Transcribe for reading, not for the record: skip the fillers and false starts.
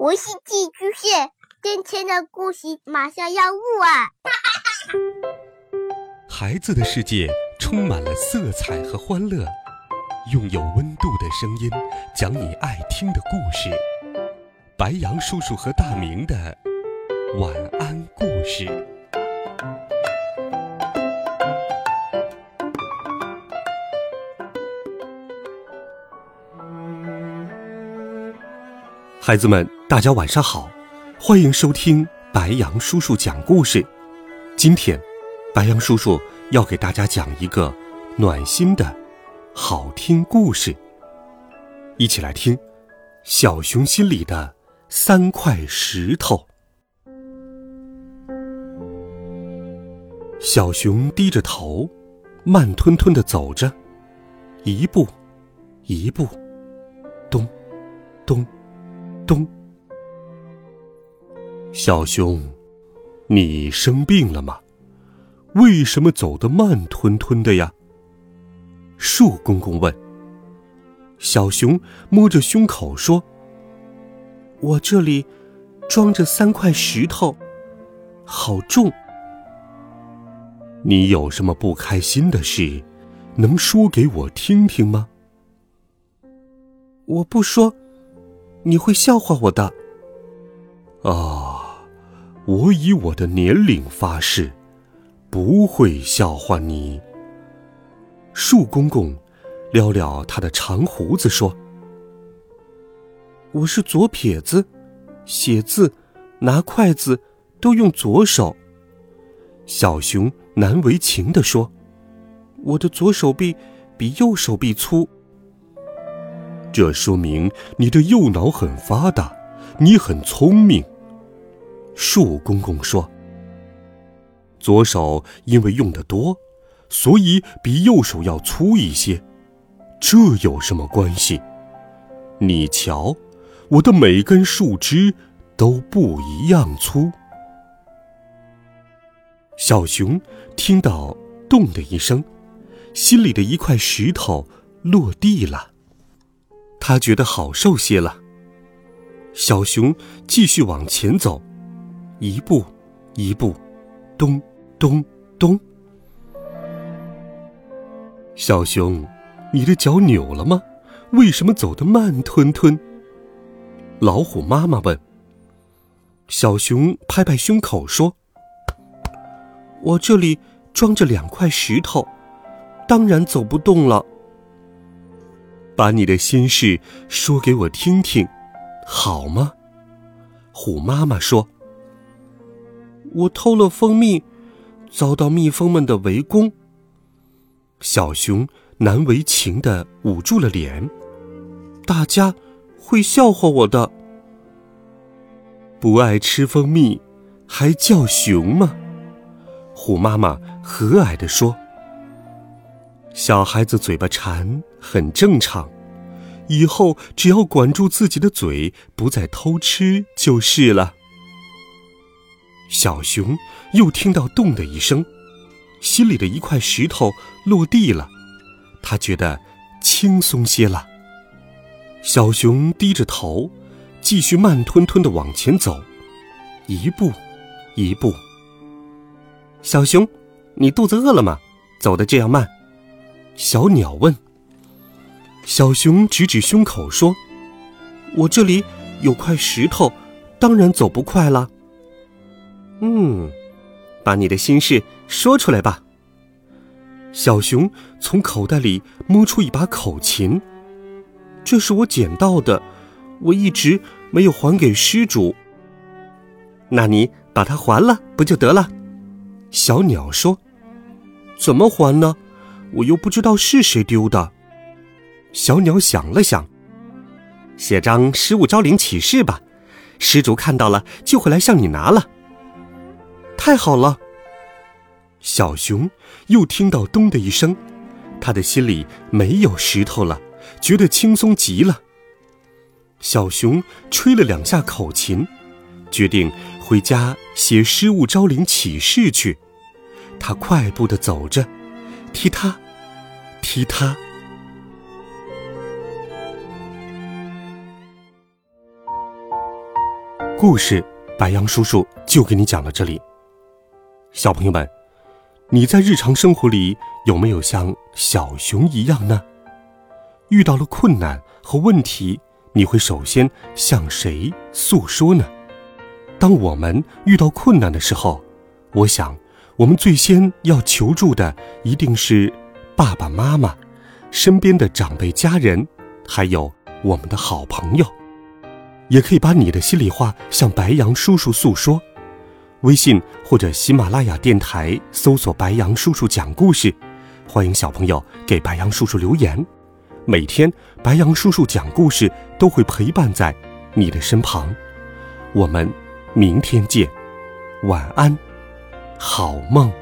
我是寄居蟹，今天的故事马上要录啊！ 孩子的世界充满了色彩和欢乐，用有温度的声音讲你爱听的故事。白杨叔叔和大明的晚安故事。孩子们，大家晚上好，欢迎收听白杨叔叔讲故事。今天白杨叔叔要给大家讲一个暖心的好听故事，一起来听小熊心里的3块石头。小熊低着头，慢吞吞地走着，一步一步，咚咚咚。小熊，你生病了吗？为什么走得慢吞吞的呀？树公公问。小熊摸着胸口说，我这里装着3块石头，好重。你有什么不开心的事，能说给我听听吗？我不说，你会笑话我的。我以我的年龄发誓，不会笑话你。树公公撩撩他的长胡子说，我是左撇子，写字拿筷子都用左手。小熊难为情地说，我的左手臂比右手臂粗。这说明你的右脑很发达，你很聪明。树公公说，左手因为用得多，所以比右手要粗一些，这有什么关系？你瞧，我的每根树枝都不一样粗。小熊听到咚的一声，心里的一块石头落地了，他觉得好受些了。小熊继续往前走，一步一步，咚咚咚。小熊，你的脚扭了吗？为什么走得慢吞吞？老虎妈妈问。小熊拍拍胸口说，我这里装着2块石头，当然走不动了。把你的心事说给我听听，好吗？虎妈妈说，我偷了蜂蜜，遭到蜜蜂们的围攻。小熊难为情地捂住了脸，大家会笑话我的。不爱吃蜂蜜，还叫熊吗？虎妈妈和蔼地说，小孩子嘴巴馋很正常，以后只要管住自己的嘴，不再偷吃就是了。小熊又听到咚的一声，心里的一块石头落地了，他觉得轻松些了。小熊低着头，继续慢吞吞地往前走，一步一步。小熊，你肚子饿了吗？走得这样慢。小鸟问。小熊指指胸口说，我这里有块石头，当然走不快了。把你的心事说出来吧。小熊从口袋里摸出一把口琴，这是我捡到的，我一直没有还给失主。那你把它还了不就得了？小鸟说，怎么还呢？我又不知道是谁丢的。小鸟想了想，写张失物招领启事吧，失主看到了就会来向你拿了。太好了。小熊又听到咚的一声，他的心里没有石头了，觉得轻松极了。小熊吹了2下口琴，决定回家写失物招领启事去。他快步地走着，踢踏踢踏。 故事，白羊叔叔就给你讲到这里。小朋友们，你在日常生活里有没有像小熊一样呢？遇到了困难和问题，你会首先向谁诉说呢？当我们遇到困难的时候，我想我们最先要求助的一定是爸爸妈妈、身边的长辈家人，还有我们的好朋友。也可以把你的心里话向白羊叔叔诉说，微信或者喜马拉雅电台搜索白羊叔叔讲故事，欢迎小朋友给白羊叔叔留言。每天白羊叔叔讲故事都会陪伴在你的身旁。我们明天见，晚安，好梦。